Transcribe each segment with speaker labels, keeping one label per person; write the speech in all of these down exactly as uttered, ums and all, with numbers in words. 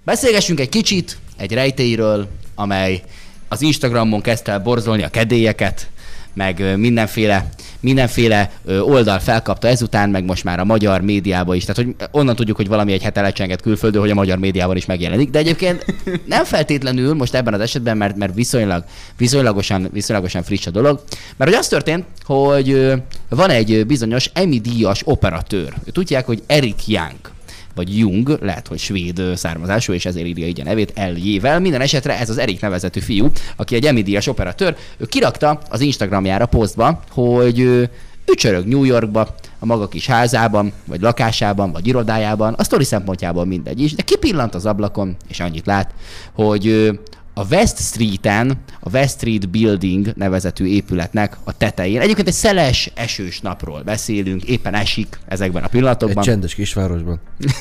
Speaker 1: Beszélgessünk egy kicsit egy rejtélyről, amely az Instagramon kezdte el borzolni a kedélyeket, meg mindenféle, mindenféle oldal felkapta ezután, meg most már a magyar médiában is. Tehát hogy onnan tudjuk, hogy valami egy hete lecsengett külföldön, hogy a magyar médiában is megjelenik. De egyébként nem feltétlenül most ebben az esetben, mert, mert viszonylag, viszonylagosan, viszonylagosan friss a dolog. Mert hogy az történt, hogy van egy bizonyos Emmy-díjas operatőr. Tudják, hogy Erik Young. Vagy Jung, lehet, hogy svéd származású, és ezért írja így a nevét L-jével. Minden esetre ez az Erik nevezetű fiú, aki egy Emmy-díjas operatőr, ő kirakta az Instagramjára posztba, hogy ő csörög New Yorkba, a maga kis házában, vagy lakásában, vagy irodájában, a sztori szempontjából mindegy is, de kipillant az ablakon, és annyit lát, hogy a West Streeten, a West Street Building nevezetű épületnek a tetején. Egyébként egy szeles, esős napról beszélünk, éppen esik ezekben a pillanatokban.
Speaker 2: Egy csendes kisvárosban.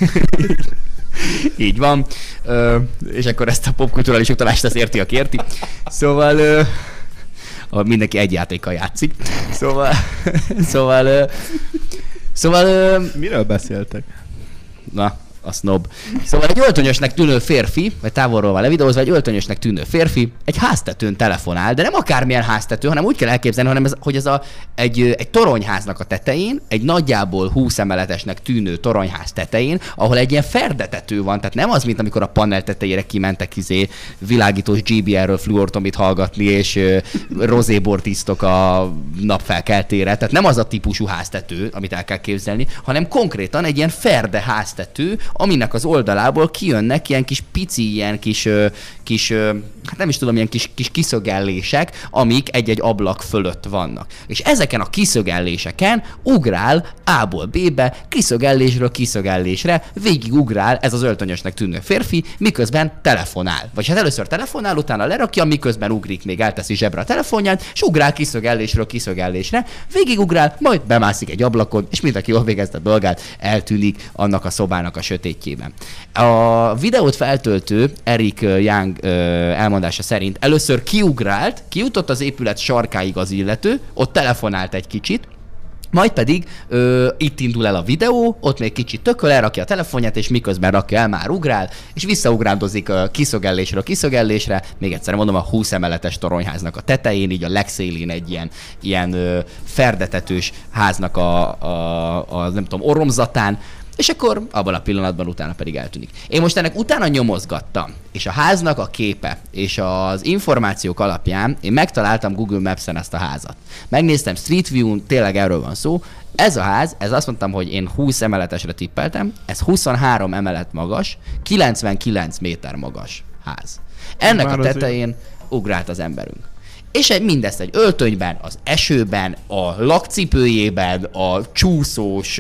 Speaker 1: Így van. Ö, és akkor ezt a popkulturális utalást az érti, aki érti. Szóval ö, a mindenki egy játékkal játszik. Szóval... szóval... Ö, szóval... Ö,
Speaker 3: miről beszéltek?
Speaker 1: Na... a snob. Szóval egy öltönyösnek tűnő férfi, vagy távolról van levideózva, egy öltönyösnek tűnő férfi egy háztetőn telefonál, de nem akármilyen háztető, hanem úgy kell elképzelni, hanem ez, hogy ez a, egy, egy toronyháznak a tetején, egy nagyjából húsz emeletesnek tűnő toronyház tetején, ahol egy ilyen ferdetető van, tehát nem az, mint amikor a panel tetejére kimentek izé világítós gé bé er-ről fluortomit hallgatni, és uh, rozébort isztok a napfelkeltére, tehát nem az a típusú háztető, amit el kell képzelni, hanem konkrétan egy ilyen ferde háztető, aminek az oldalából kijönnek ilyen kis pici, ilyen kis, kis hát nem is tudom, ilyen kis, kis kiszögellések, amik egy-egy ablak fölött vannak. És ezeken a kiszögelléseken ugrál A-ból B-be, kiszögellésről kiszögellésre, végig ugrál ez az öltönyösnek tűnő férfi, miközben telefonál. Vagy hát először telefonál, utána lerakja, miközben ugrik, még elteszi zsebre a telefonját, és ugrál kiszögellésről kiszögellésre, végig ugrál, majd bemászik egy ablakon, és mindenki jól végezte a dolgát, eltűnik annak a szobának a sötétjében. A videót feltöltő Erik Young elmondása szerint először kiugrált, kijutott az épület sarkáig az illető, ott telefonált egy kicsit, majd pedig ö, itt indul el a videó, ott még kicsit tököl, elrakja a telefonját, és miközben rakja el, már ugrál, és visszaugrándozik a kiszögellésről kiszögellésre, még egyszer mondom, a húsz emeletes toronyháznak a tetején, így a legszélén egy ilyen, ilyen ö, ferdetetős háznak a, a, a, nem tudom, orromzatán, és akkor abban a pillanatban utána pedig eltűnik. Én most ennek utána nyomozgattam, és a háznak a képe és az információk alapján én megtaláltam Google Maps-en ezt a házat. Megnéztem Street View-n, tényleg erről van szó. Ez a ház, ez azt mondtam, hogy én húsz emeletesre tippeltem, ez huszonhárom emelet magas, kilencvenkilenc méter magas ház. Ennek Már a tetején azért... ugrált az emberünk. És egy, mindezt egy öltönyben, az esőben, a lakcipőjében, a csúszós,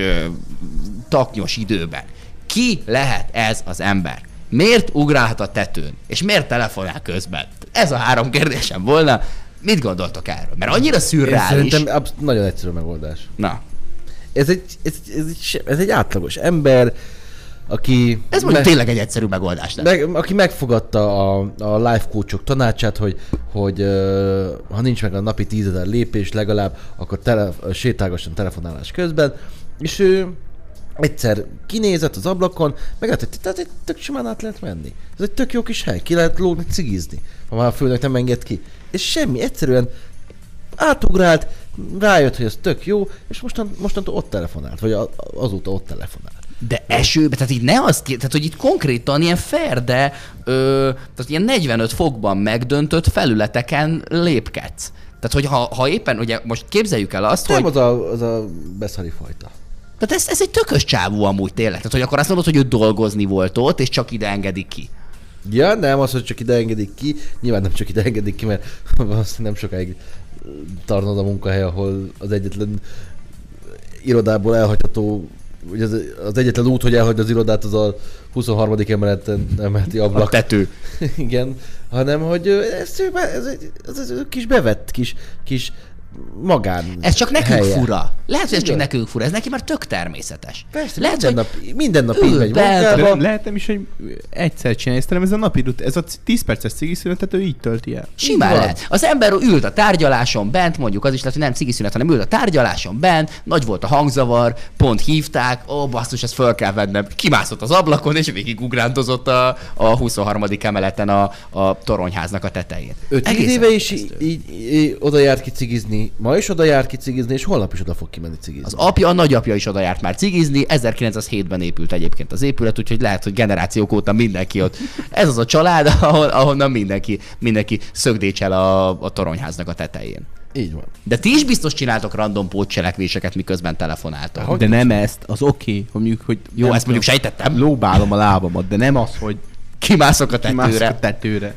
Speaker 1: taknyos időben. Ki lehet ez az ember? Miért ugrálhat a tetőn? És miért telefonál közben? Ez a három kérdésem volna. Mit gondoltok erről? Mert annyira szürreális.
Speaker 2: Szerintem absz- nagyon egyszerű megoldás.
Speaker 1: Na.
Speaker 2: Ez egy, ez, ez, egy, ez egy átlagos ember, aki...
Speaker 1: Ez mondjuk tényleg egy egyszerű megoldás.
Speaker 2: Meg, aki megfogadta a, a life coachok tanácsát, hogy, hogy uh, ha nincs meg a napi tízezer lépés legalább, akkor tele, sétálgasson telefonálás közben, és ő egyszer kinézett az ablakon, meg hát, tehát egy tök simán át lehet menni. Ez egy tök jó kis hely, ki lehet lógni, cigizni, ha már a főnök nem enged ki. És semmi, egyszerűen átugrált, rájött, hogy ez tök jó, és mostan, mostantól ott telefonált, vagy azóta ott telefonált.
Speaker 1: De esőbe, tehát így ne azt, tehát hogy itt konkrétan ilyen ferde, ö, tehát ilyen negyvenöt fokban megdöntött felületeken lépkedsz. Tehát, hogy ha, ha éppen, ugye most képzeljük el azt,
Speaker 2: nem
Speaker 1: hogy...
Speaker 2: Nem, az a, az a beszari fajta.
Speaker 1: Tehát ez, ez egy tökös csávú amúgy tényleg. Tehát, hogy akkor azt mondod, hogy ő dolgozni volt ott, és csak ide engedik ki.
Speaker 2: Ja, nem az, hogy csak ide engedik ki. Nyilván nem csak ide engedik ki, mert azt nem sokáig tartod a munkahely, ahol az egyetlen irodából elhagyható, ugye az, az egyetlen út, hogy elhagy az irodát, az a huszonharmadik emeleten emeleti ablak.
Speaker 1: A tető.
Speaker 2: Igen, hanem hogy ez, ez, ez, ez, ez kis bevett, kis, kis magán
Speaker 1: Ez csak nekünk
Speaker 2: helye.
Speaker 1: fura. Lehet, hogy ez csak nekünk fura, ez neki már tök természetes.
Speaker 2: Persze,
Speaker 1: lehet,
Speaker 2: minden,
Speaker 1: hogy
Speaker 2: nap, minden nap így megy
Speaker 1: be-
Speaker 2: munkába.
Speaker 3: De lehet nem is, hogy egyszer csinálja, ezt, ez a napi rut, ez a tíz perces cigiszünetet ő így tölti el.
Speaker 1: simán lehet. Az ember ült a tárgyaláson bent, mondjuk az is lehet, hogy nem cigiszünet, hanem ült a tárgyaláson bent, nagy volt a hangzavar, pont hívták, ó, basszus, ezt föl kell vennem. Kimászott az ablakon, és végig ugrándozott a, a huszonharmadik emeleten a, a toronyháznak a tetején.
Speaker 2: Ő tíz
Speaker 1: Egészen
Speaker 2: éve is
Speaker 1: elképesztő.
Speaker 2: így, így oda járt ki cigizni, ma is oda járt ki cigizni, és holnap is oda fog kimenni cigizni.
Speaker 1: Az apja, a nagyapja is oda járt már cigizni, ezerkilencszázhétben épült egyébként az épület, úgyhogy lehet, hogy generációk óta mindenki ott. Ez az a család, ahol, ahonnan mindenki, mindenki szögdécsel a, a toronyháznak a tetején.
Speaker 2: Így van.
Speaker 1: De ti is biztos csináltok random pótcselekvéseket, miközben telefonáltok.
Speaker 3: De nem ezt, az oké, okay, hogy mondjuk, hogy
Speaker 1: Jó,
Speaker 3: nem
Speaker 1: ezt mondjuk
Speaker 3: tudom,
Speaker 1: sejtettem.
Speaker 3: lóbálom a lábamat, de nem az, hogy
Speaker 1: Kimászok a
Speaker 3: kimászok
Speaker 1: tetőre.
Speaker 3: a tetőre.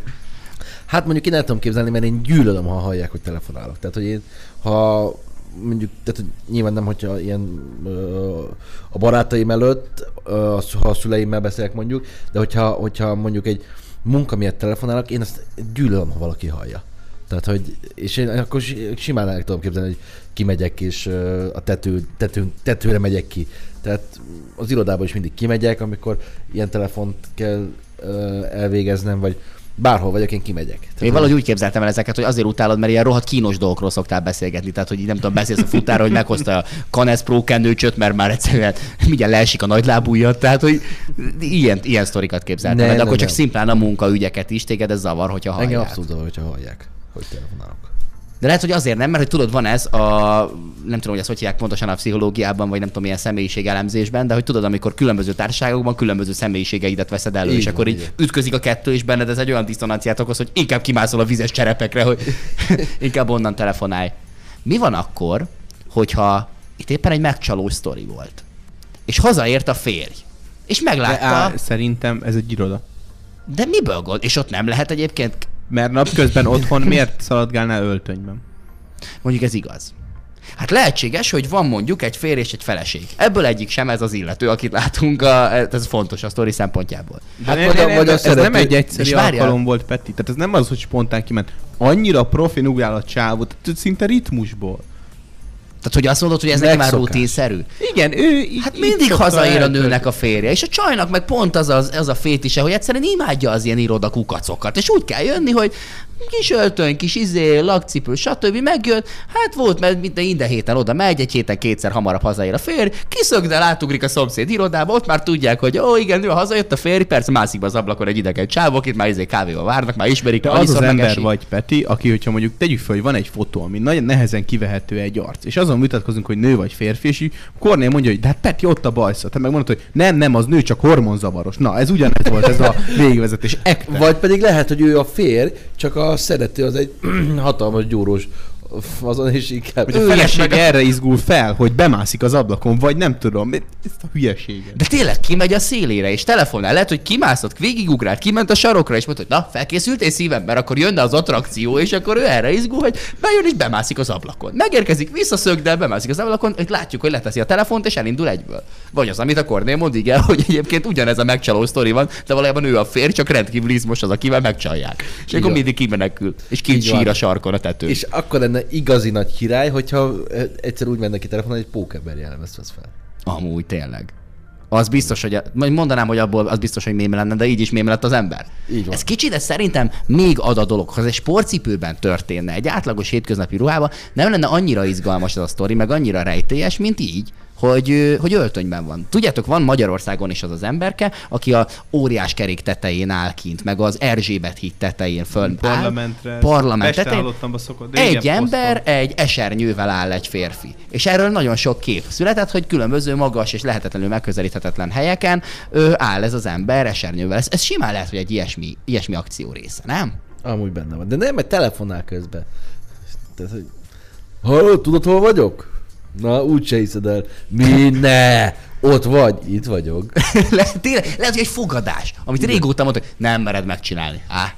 Speaker 2: Hát mondjuk én el tudom képzelni, mert én gyűlölöm, ha hallják, hogy telefonálok. Tehát, hogy én, ha mondjuk, tehát hogy nyilván nem, hogyha ilyen ö, a barátaim előtt, ö, ha a szüleimmel beszélek mondjuk, de hogyha, hogyha mondjuk egy munka miatt telefonálok, én azt gyűlölöm, ha valaki hallja. Tehát, hogy, és én akkor simán el tudom képzelni, hogy kimegyek, és ö, a tető, tető, tetőre megyek ki. Tehát az irodában is mindig kimegyek, amikor ilyen telefont kell ö, elvégeznem, vagy bárhol vagyok, én kimegyek. Tehát,
Speaker 1: Én valahogy úgy képzeltem el ezeket, hogy azért utálod, mert ilyen rohadt kínos dolgokról szoktál beszélgetni. Tehát, hogy így nem tudom, beszélsz a futára, hogy meghozta a Canes Pro kenőcsöt, mert már egyszerűen mindjárt leesik a nagylábújat. Tehát, hogy ilyen, ilyen sztorikat képzeltem
Speaker 2: Ne,
Speaker 1: el, de
Speaker 2: ne,
Speaker 1: akkor csak
Speaker 2: nem.
Speaker 1: szimplán a munkaügyeket is, téged ez zavar, hogyha hallják.
Speaker 2: engem abszolút zavar, hogyha hallják, hogy telefonálok.
Speaker 1: De lehet, hogy azért nem, mert hogy tudod, van ez a, nem tudom, hogy ezt hogy hívják pontosan a pszichológiában, vagy nem tudom, milyen személyiségelemzésben, de hogy tudod, amikor különböző társaságokban különböző személyiségeidet veszed elő,
Speaker 2: Így
Speaker 1: és
Speaker 2: van,
Speaker 1: akkor így
Speaker 2: igen.
Speaker 1: ütközik a kettő, és benned ez egy olyan diszonanciát okoz, hogy inkább kimászol a vizes cserepekre, hogy inkább onnan telefonálj. Mi van akkor, hogyha itt éppen egy megcsalós sztori volt, és hazaért a férj, és
Speaker 3: De
Speaker 1: meglátta,
Speaker 3: á, szerintem ez egy iroda.
Speaker 1: de miből gond? És ott nem lehet egyébként,
Speaker 3: Mert napközben otthon miért szaladgálnál öltönyben?
Speaker 1: mondjuk ez igaz. Hát lehetséges, hogy van mondjuk egy férj és egy feleség. Ebből egyik sem ez az illető, akit látunk, a, ez fontos a sztori szempontjából.
Speaker 2: Hát
Speaker 3: De
Speaker 2: vagy
Speaker 3: ne,
Speaker 2: a-
Speaker 3: ne,
Speaker 2: vagy a
Speaker 3: ne, ez
Speaker 2: szerető-
Speaker 3: nem egy egyszerű
Speaker 1: És várjál.
Speaker 3: alkalom volt, Peti. Tehát ez nem az, hogy spontán kiment. Annyira profin ugrál a csávot, tehát szinte ritmusból.
Speaker 1: Tehát, hogy azt mondod, hogy ez neki már
Speaker 2: Megszokás.
Speaker 1: rutinszerű?
Speaker 3: Igen, ő így,
Speaker 1: Hát
Speaker 3: így
Speaker 1: mindig
Speaker 3: szokta
Speaker 1: hazaér a
Speaker 3: eltölteni.
Speaker 1: nőnek a férje, és a csajnak meg pont az, az, az a fétise, hogy egyszerűen imádja az ilyen iroda kukacokat, és úgy kell jönni, hogy kis öltöny, kis izé, lakcipő, stb. Megjön, hát volt, mert minden, minden héten oda megy, egy héten kétszer hamarabb hazaér a férj, kiszögdel, átugrik a szomszéd irodába, ott már tudják, hogy ó, igen, nő hazajött a férj, persze mászik be az ablakon egy idegen csávok, itt már izé kávéval várnak, már ismerik,
Speaker 3: De az
Speaker 1: annyiszor
Speaker 3: az ember
Speaker 1: megesik.
Speaker 3: vagy, Peti, aki, hogyha mondjuk tegyük fel, hogy van egy fotó, ami nagyon nehezen kivehető egy arc, és azon vitatkozunk, hogy nő vagy férfi, és így Kornél mondja, hogy de hát Peti, ott a bajsza. Te meg mondod, hogy nem, nem, az nő, csak hormonzavaros. Na, ez ugyanez volt ez a végvezetés. Ekte.
Speaker 2: Vagy pedig lehet, hogy ő a férj, csak a szerető az egy hatalmas gyúrós azon, és inkább...
Speaker 3: Hogy a
Speaker 1: Ő
Speaker 3: feleség
Speaker 1: meg a-
Speaker 3: erre izgul fel, hogy bemászik az ablakon, vagy nem tudom, ezt a hülyeséget.
Speaker 1: De tényleg kimegy a szélére, és telefonál. Lehet, hogy kimászott, végigugrált, kiment a sarokra, és mondta, hogy na, felkészültél szívem, mert akkor jönne az attrakció, és akkor ő erre izgul, hogy bejön és bemászik az ablakon. Megérkezik, visszaszögdel, bemászik az ablakon, itt látjuk, hogy leteszi a telefont, és elindul egyből. Vagy az, amit a Kornél mond, igen, hogy egyébként ugyanez a megcsaló sztori van, de valójában ő a férj, csak rendkívül izmos az, akivel megcsalják. És
Speaker 2: Így
Speaker 1: akkor
Speaker 2: van.
Speaker 1: mindig kimenekül, és kint
Speaker 2: Így van.
Speaker 1: sír a sarkon a tetőn.
Speaker 2: És akkor lenne igazi nagy király, hogyha egyszer úgy menne ki telefonálni, egy pókember jellemezt vesz fel.
Speaker 1: Amúgy tényleg. Az biztos, hogy, majd mondanám, hogy abból az biztos, hogy mém lenne, de így is mém lett az ember.
Speaker 2: Így van.
Speaker 1: Ez kicsit, ez szerintem még ad a dolog. Ha ez egy sportcipőben történne, egy átlagos hétköznapi ruhában, nem lenne annyira izgalmas ez a sztori, meg annyira rejtélyes, mint így, hogy, ö, hogy öltönyben van. Tudjátok, van Magyarországon is az az emberke, aki a óriás kerék tetején áll kint, meg az Erzsébet híd tetején föl áll.
Speaker 3: Parlamentre.
Speaker 1: Parlament
Speaker 3: Este
Speaker 1: tetején.
Speaker 3: hallottam, szokott. De igen,
Speaker 1: Egy ember,
Speaker 3: posztol.
Speaker 1: egy esernyővel áll egy férfi. És erről nagyon sok kép született, hogy különböző magas és lehetetlenül megközelíthetetlen helyeken ö, áll ez az ember esernyővel. Ez, ez simán lehet, hogy egy ilyesmi, ilyesmi akció része, nem?
Speaker 2: Amúgy benne van. De nem, mert telefonál közben. Tehát, hogy... Hallod, tudod, hol vagyok? Na, úgyse hiszed el. Mi? Ne! Ott vagy? Itt vagyok.
Speaker 1: Le, tényleg, lehet, hogy egy fogadás, amit régóta mondtak, nem mered megcsinálni. Á.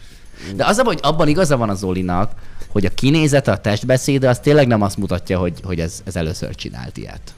Speaker 1: De az a baj, hogy abban igaza van a Zolinak, hogy a kinézete, a testbeszéde, az tényleg nem azt mutatja, hogy, hogy ez, ez először csinált ilyet.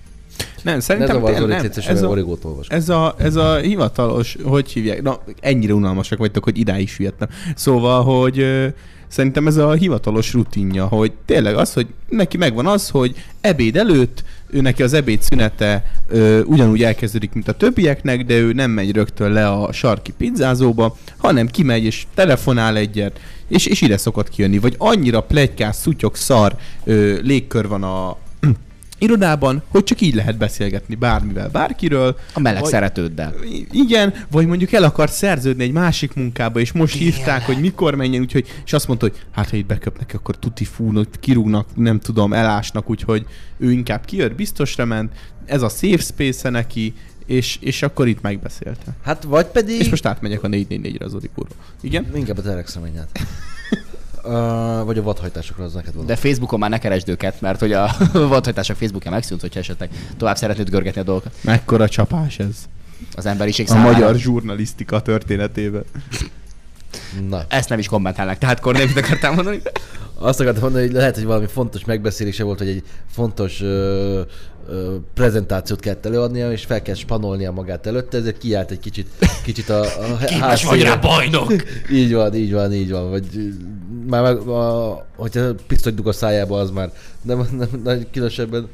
Speaker 3: Nem,
Speaker 2: Ne
Speaker 3: szerintem
Speaker 2: zavar
Speaker 3: tényleg
Speaker 2: Zoli,
Speaker 3: nem.
Speaker 2: egyszer
Speaker 3: Ez a,
Speaker 2: origót olvasok.
Speaker 3: ez, a, ez a hivatalos, hogy hívják, na ennyire unalmasak vagytok, hogy idáig süllyedtem. Szóval, hogy ö, szerintem ez a hivatalos rutinja, hogy tényleg az, hogy neki megvan az, hogy ebéd előtt ő neki az ebéd szünete ö, ugyanúgy elkezdődik, mint a többieknek, de ő nem megy rögtön le a sarki pizzázóba, hanem kimegy és telefonál egyet, és, és ide szokott kijönni. Vagy annyira pletykás, szutyok, szar ö, légkör van a irodában, hogy csak így lehet beszélgetni bármivel, bárkiről.
Speaker 1: A meleg
Speaker 3: vagy,
Speaker 1: szeretőddel.
Speaker 3: Igen, vagy mondjuk el akar szerződni egy másik munkába, és most
Speaker 1: Tényleg?
Speaker 3: hívták, hogy mikor menjen, úgyhogy, és azt mondta, hogy hát ha itt beköpnek, akkor tuti fúnak, kirúgnak, nem tudom, elásnak, úgyhogy ő inkább kijött, biztosra ment, ez a safe space-e neki, és, és akkor itt megbeszélte.
Speaker 2: Hát vagy pedig...
Speaker 3: És most átmegyek a négy négy négyre az Orikóról. Igen?
Speaker 2: Inkább a telexeményát. Uh, vagy a vadhajtásokra az neked valami.
Speaker 1: De Facebookon már ne keresd őket, mert hogy a vadhajtások Facebookja megszűnt, hogyha esetleg tovább szeretnéd görgetni a dolgokat.
Speaker 3: Mekkora csapás ez
Speaker 1: Az emberiség
Speaker 3: a
Speaker 1: számára.
Speaker 3: magyar zsurnalisztika történetében.
Speaker 2: Na.
Speaker 1: Ezt nem is kommentálnak. Tehát Kornél, mit akartál mondani?
Speaker 2: Azt akartam mondani, hogy lehet, hogy valami fontos megbeszélése volt, hogy egy fontos ö, ö, prezentációt kellett előadnia, és fel kell spanolnia magát előtte, ezért kiállt egy kicsit, kicsit a, a
Speaker 1: Képes vagy rá, bajnok!
Speaker 2: Így van, így van, így van. Vagy ö, már meg, a, hogyha pisztolyt dug a szájába, az már nem, nem, nem különösebben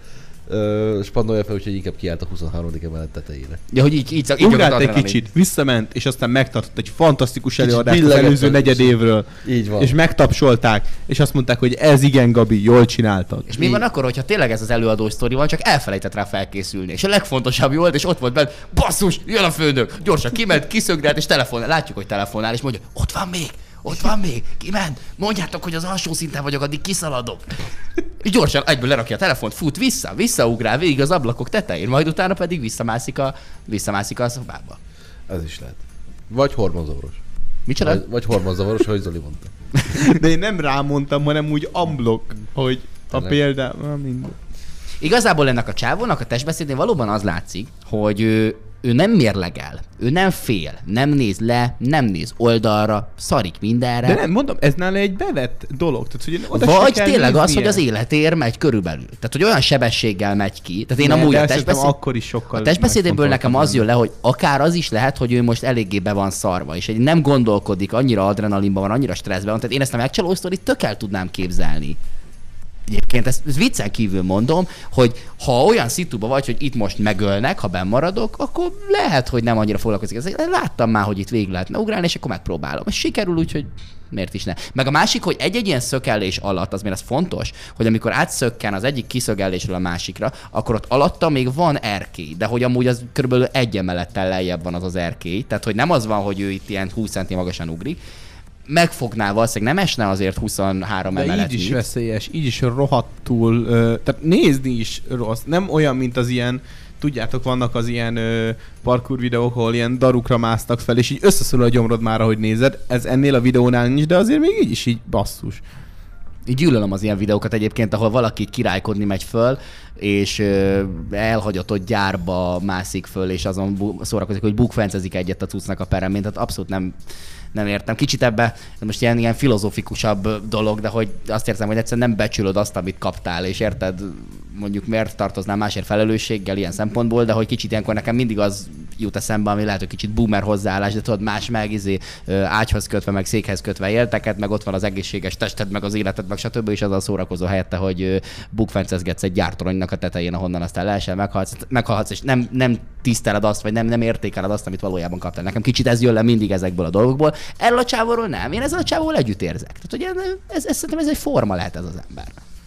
Speaker 2: ö, spanolja fel, úgyhogy inkább kiállt a huszonharmadik emelet tetejére.
Speaker 1: Ja, hogy így, így, így
Speaker 3: Ugrált egy kicsit, visszament, és aztán megtartott egy fantasztikus
Speaker 2: Kicsit
Speaker 3: előadást az
Speaker 2: billegett
Speaker 3: előző
Speaker 2: a-
Speaker 3: negyed évről.
Speaker 2: Így van.
Speaker 3: És megtapsolták, és azt mondták, hogy ez igen, Gabi, jól csináltad.
Speaker 1: És mi van akkor, hogyha tényleg ez az előadó sztori van, csak elfelejtett rá felkészülni. És a legfontosabb volt, és ott volt benne, basszus, jön a főnök, gyorsan kiment, kiszögdelt, és telefonál. Látjuk, hogy telefonál, és mondja, ott van még, ott van még, kiment, mondjátok, hogy az alsó szinten vagyok, addig kiszaladok. És gyorsan egyből lerakja a telefont, fut vissza, visszaugrál végig az ablakok tetején, majd utána pedig visszamászik a, visszamászik a szobába.
Speaker 2: Ez is lehet. Vagy hormonzavaros.
Speaker 1: Micsoda?
Speaker 2: Vagy, vagy hormonzavaros, ahogy Zoli mondta.
Speaker 3: De én nem rámondtam, hanem úgy unblock, hogy a
Speaker 2: Tényleg?
Speaker 3: példám, na minden.
Speaker 1: Igazából ennek a csávónak a testbeszédén valóban az látszik, hogy ő, ő nem mérlegel, ő nem fél, nem néz le, nem néz oldalra, szarik mindenre.
Speaker 3: De nem, mondom, ez nála egy bevett dolog. Tehát, hogy oda se
Speaker 1: Vagy
Speaker 3: kell
Speaker 1: tényleg az,
Speaker 3: néznie.
Speaker 1: hogy az életér megy körülbelül. Tehát, hogy olyan sebességgel megy ki. Tehát én
Speaker 3: Ne,
Speaker 1: amúgy
Speaker 3: de
Speaker 1: a
Speaker 3: azt hiszem,
Speaker 1: testbeszéd...
Speaker 3: akkor is sokkal
Speaker 1: A testbeszédéből nekem az
Speaker 3: megfontoltabb
Speaker 1: jön le, hogy akár az is lehet, hogy ő most eléggé be van szarva, és egy nem gondolkodik, annyira adrenalinban van, annyira stresszben van. Tehát én ezt a megcsaló sztorit tök el tudnám képzelni. Egyébként ezt, ezt viccen kívül mondom, hogy ha olyan szituba vagy, hogy itt most megölnek, ha benn maradok, akkor lehet, hogy nem annyira foglalkozik. Ezzel láttam már, hogy itt végig lehetne ugrálni, és akkor megpróbálom. Ez sikerül, úgyhogy miért is ne. Meg a másik, hogy egy-egy ilyen szökellés alatt, az még az fontos, hogy amikor átszökken az egyik kiszögellésről a másikra, akkor ott alatta még van erkély, de hogy amúgy az körülbelül egy emelettel lejjebb van az az erkély, tehát hogy nem az van, hogy ő itt ilyen húsz centi magasan ugrik, megfogná valószínűleg, nem esne azért huszonhárom
Speaker 3: De
Speaker 1: emelet.
Speaker 3: így is veszélyes, így is rohadtul, ö, tehát nézni is rossz. Nem olyan, mint az ilyen, tudjátok, vannak az ilyen ö, parkour videók, ahol ilyen darukra másztak fel, és így összeszorul a gyomrod már, ahogy nézed. Ez ennél a videónál nincs, de azért még így is így basszus.
Speaker 1: Így gyűlölöm az ilyen videókat egyébként, ahol valaki királykodni megy föl, és ö, elhagyatott gyárba mászik föl, és azon bu- szórakozik, hogy bukfencezik egyet a cuccnak a peremén, tehát abszolút nem, nem értem. Kicsit ebbe, most ilyen, ilyen filozofikusabb dolog, de hogy azt érzem, hogy egyszerűen nem becsülöd azt, amit kaptál, és érted, mondjuk miért tartoznál másért felelősséggel ilyen szempontból, de hogy kicsit ilyenkor nekem mindig az jut eszembe, ami lehet, hogy kicsit boomer hozzáállás, de tudod, más meg izé, ö, ágyhoz kötve, meg székhez kötve élteket, meg ott van az egészséges tested, meg az életed, meg stb. És az a szórakozó helyette, hogy ö, bukfencezgetsz egy gyártoronynak a tetején, ahonnan aztán leesel, meghalsz, meghalsz, és nem, nem tiszteled azt, vagy nem, nem értékeled azt, amit valójában kaptál. Nekem kicsit ez jön le mindig ezekből a dolgokból. Erről a csávóról nem. Én ezzel a csávóval együtt érzek. Tehát, hogy ez, ez, ez, szerintem ez egy forma lehet ez az ember.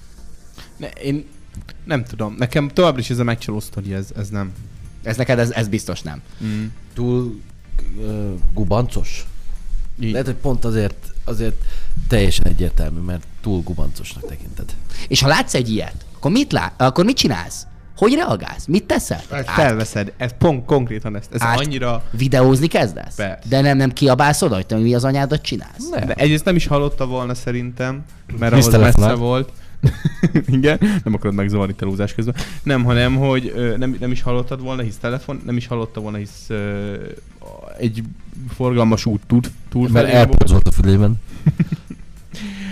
Speaker 3: Ne, én nem tudom, nekem továbbra is ez a megcsaló sztori, ez, ez nem.
Speaker 1: Ez neked, ez, ez biztos nem.
Speaker 3: Mm.
Speaker 2: Túl uh, gubancos?
Speaker 3: Így.
Speaker 2: Lehet, hogy pont azért, azért teljesen egyértelmű, mert túl gubancosnak tekinted.
Speaker 1: És ha látsz egy ilyet, akkor mit, lá- akkor mit csinálsz? Hogy reagálsz? Mit teszel?
Speaker 3: Ezt
Speaker 1: Át-
Speaker 3: felveszed, ez pont konkrétan ezt, ez
Speaker 1: át-
Speaker 3: annyira...
Speaker 1: Videózni kezdesz?
Speaker 3: Persze.
Speaker 1: De nem, nem kiabálsz oda, hogy te mi az anyádat csinálsz?
Speaker 2: Nem.
Speaker 3: De egyrészt nem is hallotta volna szerintem, mert
Speaker 2: Hisz
Speaker 3: ahhoz messze
Speaker 2: telefonált.
Speaker 3: volt. Igen, nem akarod megzavarni telózás közben. Nem, hanem, hogy ö, nem, nem is hallottad volna, hisz telefon, nem is hallotta volna, hisz ö, egy forgalmas út tud, túl
Speaker 2: Mert AirPods volt a fülében.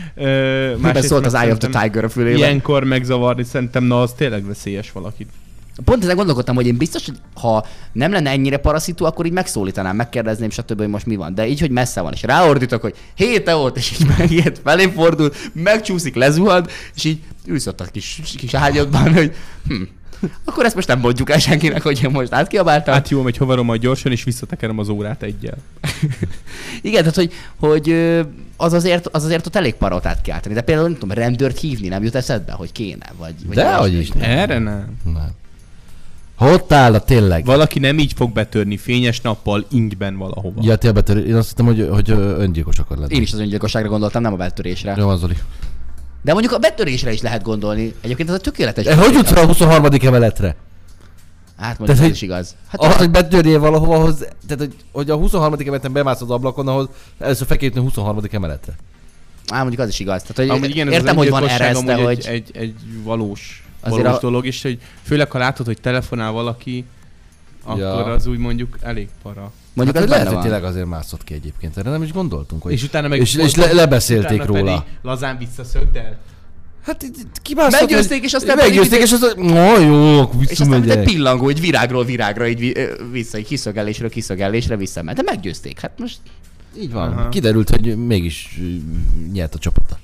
Speaker 3: Ö,
Speaker 1: Mert
Speaker 3: másrészt
Speaker 1: szólt az
Speaker 3: meg
Speaker 1: Eye of the
Speaker 3: szerintem
Speaker 1: Tiger a fülében.
Speaker 3: Ilyenkor megzavarni, szerintem, na az tényleg veszélyes valakit.
Speaker 1: Pont ezen gondolkodtam, hogy én biztos, hogy ha nem lenne ennyire paraszitú, akkor így megszólítanám, megkérdezném, stb., hogy most mi van. De így, hogy messze van, és ráordítok, hogy hé, te volt, és így megijed, felém fordul, megcsúszik, lezuhad, és így ülsz ott a kis, kis ágyadban, hogy hm, akkor ezt most nem mondjuk el senkinek, hogy én most átkiabáltam.
Speaker 3: Hát jó, hogy hovarom majd gyorsan, és visszatekerem az órát egyel.
Speaker 1: Igen, tehát hogy, hogy ö, az azért, az azért ott elég parot át kell állítani. De például nem tudom, rendőrt hívni nem jut eszedbe, hogy kéne, vagy... vagy
Speaker 2: Dehogy is. Nem.
Speaker 3: Erre nem.
Speaker 2: Nem. Ha ott áll a tényleg.
Speaker 3: Valaki nem így fog betörni fényes nappal ingben valahova.
Speaker 2: Ja, te betör. Én azt hittem, hogy, hogy öngyilkos akar lenni.
Speaker 1: Én is az öngyilkosságra gondoltam, nem a betörésre.
Speaker 2: Jó van, Zoli.
Speaker 1: De mondjuk a betörésre is lehet gondolni. Egyébként ez a tökéletes.
Speaker 2: E, hogy jutsz fel a huszonharmadik emeletre?
Speaker 1: Hát mondjuk
Speaker 2: Tehát,
Speaker 1: ez is igaz. Hát
Speaker 2: Az, hogy betörjél valahova, ahhoz, tehát hogy, hogy a huszonharmadik emeleten bemász az ablakon, ahhoz először fel kell jutni a huszonharmadik emeletre.
Speaker 1: Á, mondjuk az is igaz. Tehát, hogy
Speaker 3: Amúgy igen, ez
Speaker 1: értem,
Speaker 3: az
Speaker 1: hogy van
Speaker 3: öngyilkosság
Speaker 1: ereszte,
Speaker 3: amúgy
Speaker 1: hogy...
Speaker 3: Egy, egy, egy valós,
Speaker 1: Azért
Speaker 3: valós
Speaker 1: a-
Speaker 3: dolog, és hogy főleg ha látod, hogy telefonál valaki, akkor
Speaker 2: Ja.
Speaker 3: az úgy mondjuk elég para.
Speaker 1: Mondjuk
Speaker 2: Hát,
Speaker 1: ez
Speaker 2: hogy lehet,
Speaker 1: benne
Speaker 2: hogy
Speaker 1: van.
Speaker 2: tényleg azért mászott ki egyébként. Erre nem is gondoltunk. Hogy...
Speaker 3: És utána meg...
Speaker 2: és, és le, lebeszélték
Speaker 3: utána
Speaker 2: róla.
Speaker 3: pedig lazán visszaszökt el.
Speaker 2: Hát kibászott,
Speaker 1: Meggyőzték, és aztán
Speaker 2: meggyőzték,
Speaker 1: pedig-
Speaker 2: és azt mondja, no, jó, akkor
Speaker 1: És aztán mint egy
Speaker 2: visszamegyek.
Speaker 1: pillangó, egy virágról virágra, így vi- ö, vissza, egy kiszögellésről kiszögellésre visszament. De meggyőzték. Hát most
Speaker 2: Így van.
Speaker 3: Aha.
Speaker 2: Kiderült, hogy mégis ö, nyert a csapata.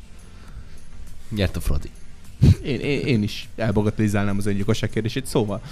Speaker 2: Nyert a Fradi.
Speaker 3: Én, én, én is elbogatizálnám az öngyilkosság kérdését, szóval.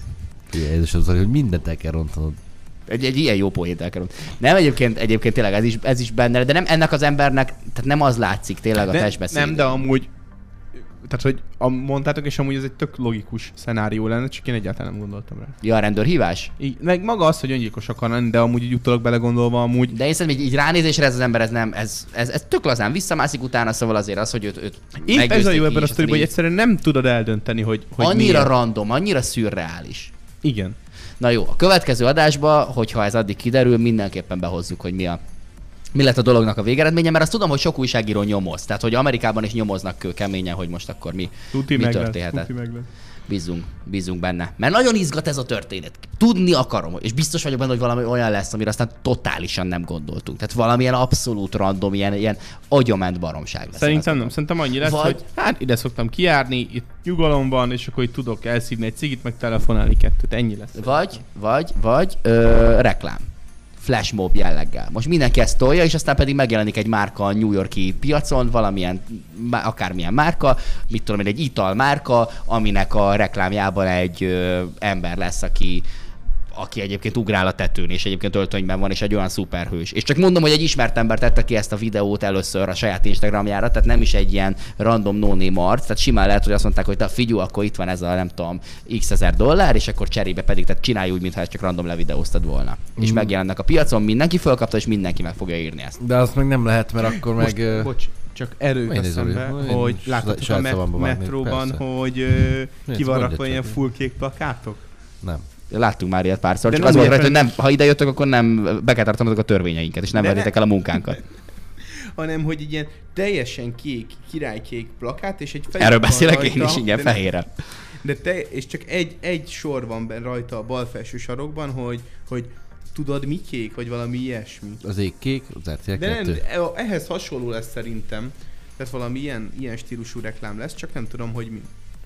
Speaker 2: Jézus, az, hogy mindent el kell rontanod.
Speaker 1: egy, egy ilyen jó poént elkerült. Nem, egyébként, egyébként tényleg ez is, ez is benne, de nem ennek az embernek, tehát nem az látszik tényleg a
Speaker 3: De-
Speaker 1: testbeszéd.
Speaker 3: Nem, de amúgy, tehát hogy a, mondtátok, és amúgy ez egy tök logikus szenárió lenne, csak én egyáltalán nem gondoltam rá.
Speaker 1: Ja, a rendőrhívás?
Speaker 3: Így, meg maga az, hogy öngyilkos akar lenni, de amúgy így utólag belegondolva amúgy.
Speaker 1: De én szerintem így, így ránézésre ez az ember, ez nem, ez, ez, ez tök lazán visszamászik utána, szóval azért az, hogy őt, őt
Speaker 3: Épp ez a
Speaker 1: meggyőzték
Speaker 3: jó
Speaker 1: így,
Speaker 3: ebben a
Speaker 1: és
Speaker 3: sztoriban, hogy
Speaker 1: aztán
Speaker 3: egyszerűen nem tudod eldönteni, hogy, hogy
Speaker 1: így annyira
Speaker 3: miért.
Speaker 1: random, annyira szürreális.
Speaker 3: Igen.
Speaker 1: Na jó, a következő adásba, hogyha ez addig kiderül, mindenképpen behozzuk, hogy mi a mi lett a dolognak a végeredménye, mert azt tudom, hogy sok újságíró nyomoz. Tehát, hogy Amerikában is nyomoznak kő keményen, hogy most akkor mi,
Speaker 3: Tuti
Speaker 1: mi
Speaker 3: meg lesz,
Speaker 1: történhetett.
Speaker 3: tuti meg lesz.
Speaker 1: Bízunk, bízunk benne. Mert nagyon izgat ez a történet. Tudni akarom, és biztos vagyok benne, hogy valami olyan lesz, amire aztán totálisan nem gondoltunk. Tehát valamilyen abszolút random, ilyen, ilyen agyament baromság lesz.
Speaker 3: Szerintem nem, szerintem annyi lesz,
Speaker 1: Vagy-
Speaker 3: hogy hát ide szoktam kijárni, itt nyugalom van, és akkor itt tudok elszívni egy cigit, meg telefonálni kettőt, ennyi lesz.
Speaker 1: Vagy, vagy, vagy ö, reklám. Flashmob jelleggel. Most mindenki ezt tolja, és aztán pedig megjelenik egy márka a New York-i piacon, valamilyen, má- akármilyen márka, mit tudom én, egy ital márka, aminek a reklámjában egy ö, ember lesz, aki aki egyébként ugrál a tetőn, és egyébként öltönyben van, és egy olyan szuperhős. És csak mondom, hogy egy ismert ember tette ki ezt a videót először a saját Instagramjára, tehát nem is egy ilyen random no-name arc, tehát simán lehet, hogy azt mondták, hogy te figyú, akkor itt van ez a nem tudom, x ezer dollár, és akkor cserébe pedig, tehát csinálj úgy, mintha ezt csak random levideóztad volna. Mm. És megjelennek a piacon, mindenki fölkapta, és mindenki meg fogja írni ezt.
Speaker 2: De azt meg nem lehet, mert akkor
Speaker 3: Most,
Speaker 2: meg... ö,
Speaker 3: bocs, csak erőt
Speaker 2: Én is,
Speaker 3: eszembe,
Speaker 2: Zoli, én
Speaker 3: hogy
Speaker 2: is
Speaker 3: láttatok a
Speaker 2: saját
Speaker 3: met-
Speaker 2: szavamba vágni,
Speaker 3: metróban,
Speaker 2: persze.
Speaker 3: hogy ö, ki van
Speaker 2: mondjad
Speaker 3: rakva
Speaker 2: csak.
Speaker 3: ilyen full kék plakátok?
Speaker 2: Nem.
Speaker 1: Láttunk már ilyet párszor,
Speaker 3: De
Speaker 1: csak
Speaker 3: nem
Speaker 1: az volt rajta,
Speaker 3: értem.
Speaker 1: hogy nem, ha ide jöttök, akkor nem be kell tartanatok a törvényeinket, és nem
Speaker 3: De
Speaker 1: veditek
Speaker 3: ne-
Speaker 1: el a munkánkat.
Speaker 3: Hanem, hogy egy ilyen teljesen kék, királykék plakát, és egy fehér
Speaker 1: Erről
Speaker 3: van
Speaker 1: beszélek én
Speaker 3: rajta,
Speaker 1: is, igen,
Speaker 3: de nem-
Speaker 1: fehérre.
Speaker 3: De te, és csak egy, egy sor van benne rajta a bal felső sarokban, hogy, hogy tudod mi kék, vagy valami ilyesmi.
Speaker 2: Az ég kék, az er té el
Speaker 3: De nem,
Speaker 2: kettő.
Speaker 3: e- ehhez hasonló lesz szerintem. Tehát valami ilyen, ilyen stílusú reklám lesz, csak nem tudom, hogy mi.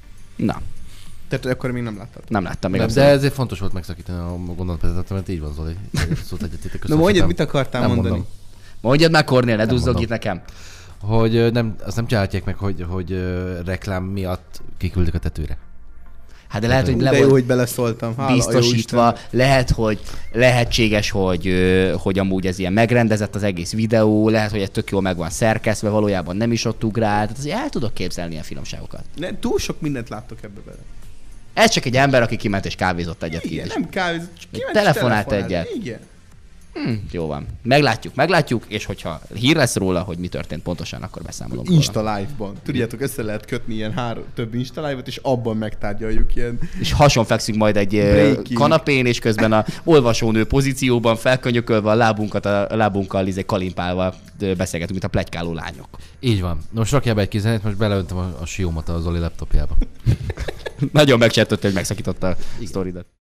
Speaker 1: Na,
Speaker 3: Tehát akkor még nem láttad.
Speaker 1: nem láttam még
Speaker 2: Nem,
Speaker 1: abszolút.
Speaker 2: de ezért fontos volt megszakítani a gondolatot, mert így van, Zoli. Szót egyetétek.
Speaker 3: Na mondjad, mit akartál
Speaker 2: Nem
Speaker 3: mondani?
Speaker 2: mondom.
Speaker 1: Mondjad már, Kornél, ne
Speaker 2: Nem
Speaker 1: duzzog
Speaker 2: mondom.
Speaker 1: itt nekem.
Speaker 2: Hogy ö, nem, azt nem csinálhatják meg, hogy, hogy ö, reklám miatt kiküldik a tetőre.
Speaker 1: Hát de lehet, hogy
Speaker 3: Hú,
Speaker 1: le
Speaker 3: de jó,
Speaker 1: volt
Speaker 3: hogy beleszóltam. Hála a jó
Speaker 1: biztosítva,
Speaker 3: Istennek.
Speaker 1: lehet, hogy lehetséges, hogy, ö, hogy amúgy ez ilyen megrendezett az egész videó, lehet, hogy ez tök jól meg van szerkesztve, valójában nem is ott ugrál, tehát azért el tudok képzelni ilyen finomságokat.
Speaker 3: Ne, túl sok mindent láttok ebbe bele.
Speaker 1: Ez csak egy ember, aki kiment és kávézott egyet
Speaker 3: Igen,
Speaker 1: kint.
Speaker 3: nem kávé, csak kiment
Speaker 1: telefonált
Speaker 3: és telefonált.
Speaker 1: egyet.
Speaker 3: Igen.
Speaker 1: Hm, jó van. Meglátjuk, meglátjuk, és hogyha hír lesz róla, hogy mi történt pontosan, akkor beszámolom róla.
Speaker 3: Insta live-ban. Tudjátok, össze lehet kötni ilyen három, több Insta live-ot, és abban megtárgyaljuk ilyen.
Speaker 1: És hason fekszünk majd egy ö,
Speaker 3: Breaking.
Speaker 1: kanapén, és közben a olvasónő pozícióban felkönyökölve a lábunkat a lábunkkal izé kalimpálva ö, beszélgetünk, mint a pletykáló lányok.
Speaker 2: Így van. Most rakjál be egy kis zenét, most beleöntöm a, a siómat a Zoli laptopjába.
Speaker 1: Nagyon megsértött, hogy megszakította a sztoridat.